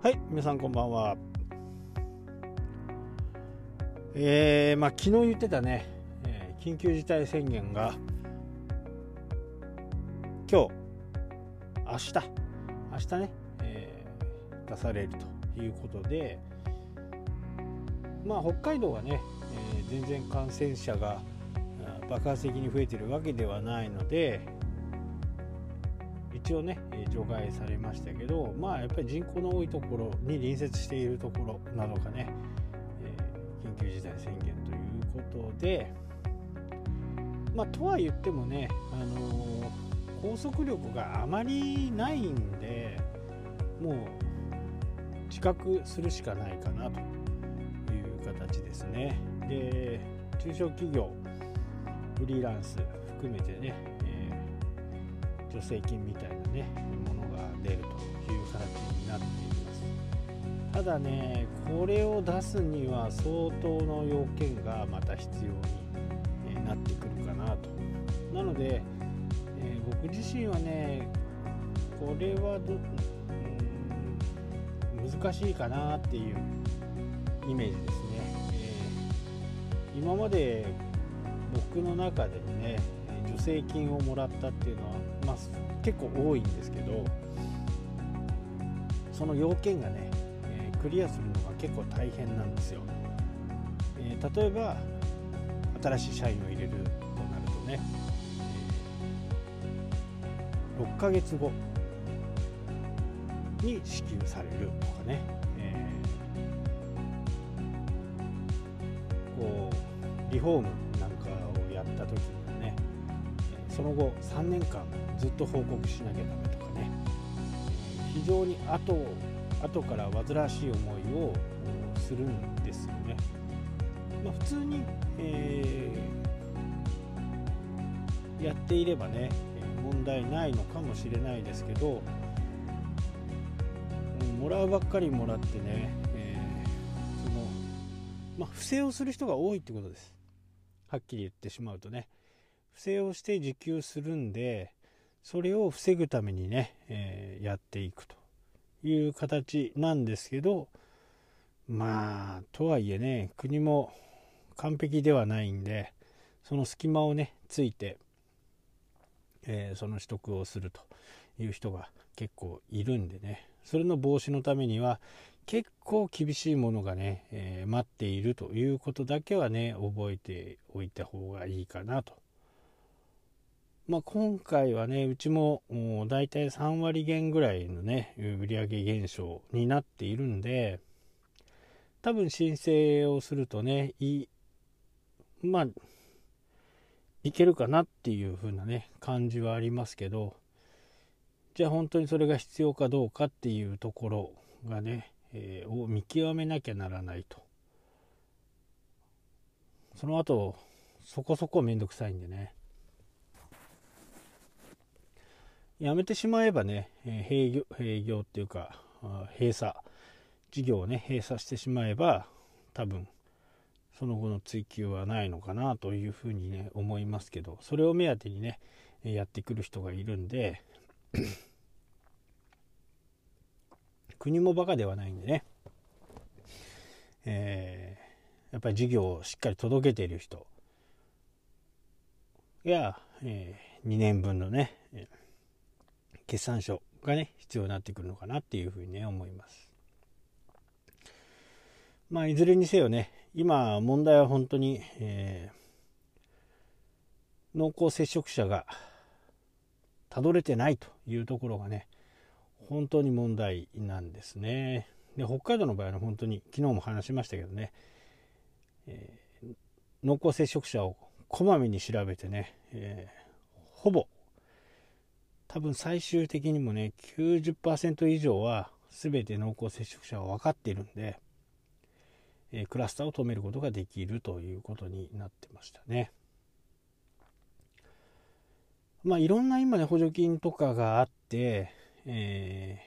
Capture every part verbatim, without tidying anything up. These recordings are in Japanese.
はい、皆さんこんばんは。えー、まあ昨日言ってたね、えー、緊急事態宣言が今日、明日、明日ね、えー、出されるということで、まあ北海道はね、えー、全然感染者が爆発的に増えているわけではないので、一応ね除外されましたけど、まあやっぱり人口の多いところに隣接しているところなどがね、えー、緊急事態宣言ということで、まあとは言ってもね、あのー、拘束力があまりないんで、もう自覚するしかないかなという形ですね。で、中小企業、フリーランス含めてね、助成金みたいなねものが出るという形になっています。ただね、これを出すには相当の要件がまた必要になってくるかなと。なので、えー、僕自身はね、これはど、うん、難しいかなっていうイメージですね。えー、今まで僕の中でね助成金をもらったっていうのは、まあ、結構多いんですけど、その要件がね、えー、クリアするのが結構大変なんですよ。えー、例えば新しい社員を入れるとなるとね、えー、ろっかげつごに支給されるとかね、えー、こうリフォームなんかをやった時にね、その後さんねんかんずっと報告しなきゃダメとかね、非常に後後から煩わしい思いをするんですよね。まあ、普通に、えー、やっていればね問題ないのかもしれないですけど、もらうばっかりもらってね、えー、そのまあ、不正をする人が多いってことです。はっきり言ってしまうとね、不正をして受給するんで、それを防ぐためにね、えー、やっていくという形なんですけど、まあとはいえね、国も完璧ではないんで、その隙間をねついて、えー、その取得をするという人が結構いるんでね、それの防止のためには結構厳しいものがね、えー、待っているということだけはね覚えておいた方がいいかなと。まあ、今回はね、うちもだいたいさんわり減ぐらいのね売上減少になっているんで、多分申請をするとねいまあいけるかなっていう風なね感じはありますけど、じゃあ本当にそれが必要かどうかっていうところがね、えー、を見極めなきゃならないと。その後そこそこめんどくさいんでね、やめてしまえばね、閉業、閉業っていうか閉鎖、事業をね閉鎖してしまえば、多分その後の追及はないのかなというふうにね思いますけど、それを目当てにねやってくる人がいるんで国もバカではないんでね、えー、やっぱり事業をしっかり届けている人や、えー、にねんぶんのね決算書がね必要になってくるのかなっていうふうにね思います。まあいずれにせよね、今問題は本当に、えー、濃厚接触者がたどれてないというところがね本当に問題なんですね。で、北海道の場合は本当に昨日も話しましたけどね、えー、濃厚接触者をこまめに調べてね、えー、ほぼ多分最終的にもね きゅうじゅっパーセント 以上は全て濃厚接触者は分かっているんで、えー、クラスターを止めることができるということになってましたね。まあいろんな今ね補助金とかがあって、え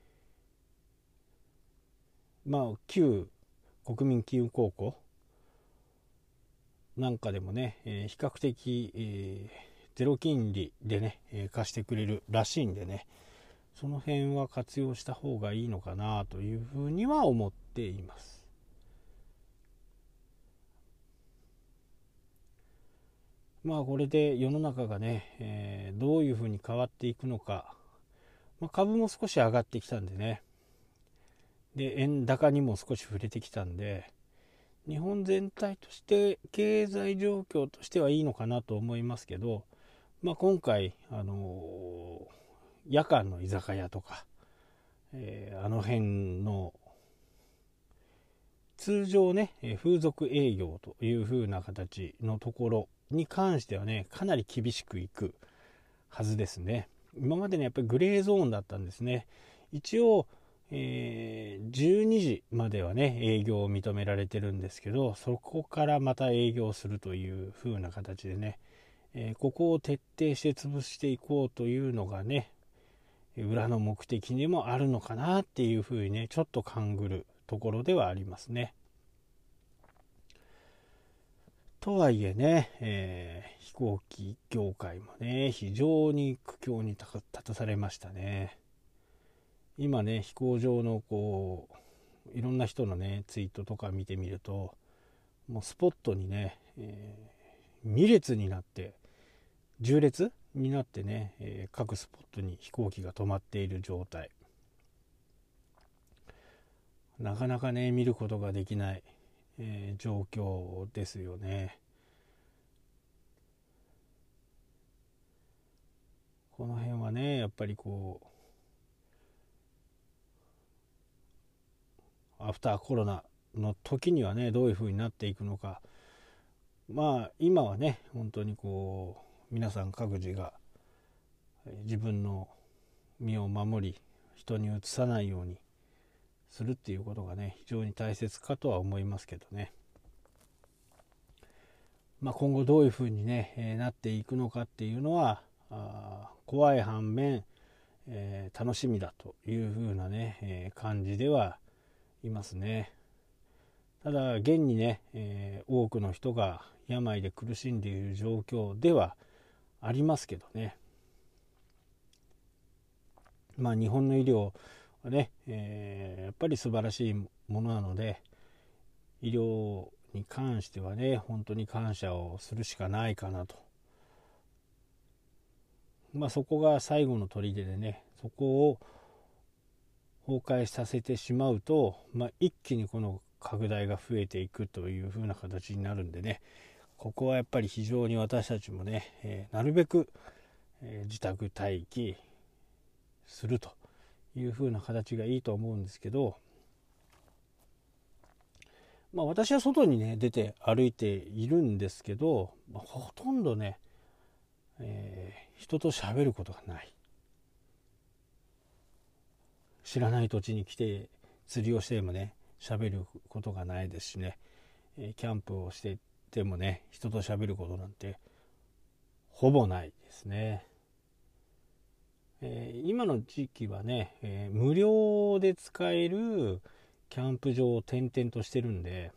ー、まあ旧国民金融公庫なんかでもね、えー、比較的、えー、ゼロ金利でね、えー、貸してくれるらしいんでね、 その辺は活用した方がいいのかなというふうには思っています。まあこれで世の中がね、えー、どういうふうに変わっていくのか、まあ、株も少し上がってきたんでね、で円高にも少し触れてきたんで、日本全体として経済状況としてはいいのかなと思いますけど、まあ、今回、あのー、夜間の居酒屋とか、えー、あの辺の通常ね風俗営業という風な形のところに関してはね、かなり厳しくいくはずですね。今までねやっぱりグレーゾーンだったんですね。一応、えー、じゅうにじまではね営業を認められてるんですけど、そこからまた営業するという風な形でね、えー、ここを徹底して潰していこうというのがね裏の目的にもあるのかなっていう風にねちょっと勘ぐるところではありますね。とはいえね、えー、飛行機業界もね非常に苦境に立たされましたね。今ね飛行場のこういろんな人のねツイートとか見てみると、もうスポットにね、えー、に列になってじゅう列になってね、えー、各スポットに飛行機が止まっている状態、なかなかね見ることができない、えー、状況ですよね。この辺はねやっぱりこうアフターコロナの時にはねどういう風になっていくのか、まあ今はね本当にこう皆さん各自が自分の身を守り人にうつさないようにするっていうことがね非常に大切かとは思いますけどね。まあ、今後どういうふうにね、えー、なっていくのかっていうのはあ怖い反面、えー、楽しみだというふうなね、えー、感じではいますね。ただ現にね、えー、多くの人が病で苦しんでいる状況ではありますけどね。まあ日本の医療はね、えー、やっぱり素晴らしいものなので、医療に関してはね本当に感謝をするしかないかなと。まあそこが最後の砦でね、そこを崩壊させてしまうと、まあ、一気にこの拡大が増えていくという風な形になるんでね、ここはやっぱり非常に私たちもね、えー、なるべく、えー、自宅待機するという風な形がいいと思うんですけど、まあ私は外にね出て歩いているんですけど、まあ、ほとんどね、えー、人と喋ることがない。知らない土地に来て釣りをしてもね喋ることがないですしね、えー、キャンプをしててもね人と喋ることなんてほぼないですね。えー、今の時期はね、えー、無料で使えるキャンプ場を転々としてるんで、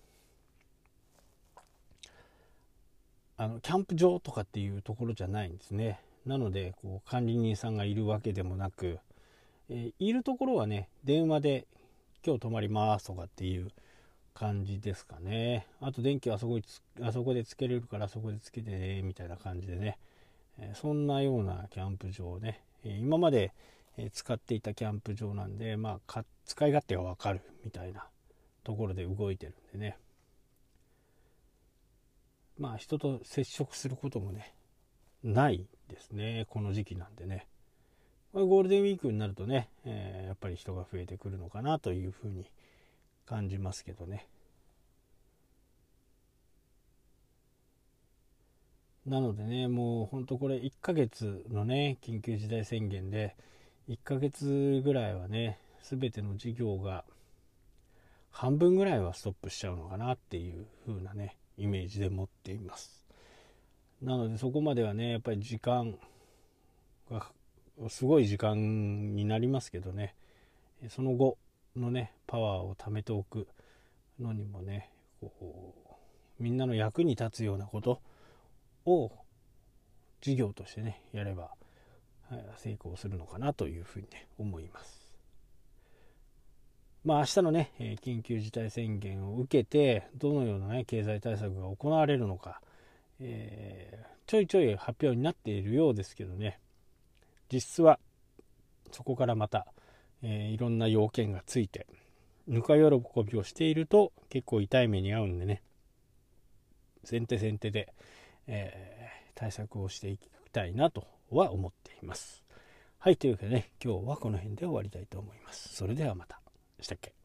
あのキャンプ場とかっていうところじゃないんですね。なのでこう管理人さんがいるわけでもなく、えー、いるところはね電話で今日泊まりますとかっていう感じですかね。あと電気はあそこにあそこでつけれるからそこでつけてねみたいな感じでね、えー、そんなようなキャンプ場をね、えー、今まで使っていたキャンプ場なんで、まあ使い勝手がわかるみたいなところで動いてるんでね、まあ人と接触することもねないですね、この時期なんでね。ゴールデンウィークになるとね、えー、やっぱり人が増えてくるのかなというふうに感じますけどね。なのでねもうほんとこれいっかげつのね緊急事態宣言でいっかげつぐらいはね全ての事業が半分ぐらいはストップしちゃうのかなっていう風なねイメージで持っています。なのでそこまではねやっぱり時間がすごい時間になりますけどね、その後のねパワーを貯めておくのにもねこうみんなの役に立つようなことを事業としてねやれば成功するのかなというふうに、ね、思います。まあ明日のね緊急事態宣言を受けてどのような、ね、経済対策が行われるのか、えー、ちょいちょい発表になっているようですけどね、実質はそこからまた、えー、いろんな要件がついてぬか喜びをしていると結構痛い目に遭うんでね、先手先手で、えー、対策をしていきたいなとは思っています。はい、というわけでね、今日はこの辺で終わりたいと思います。それではまた。したっけ。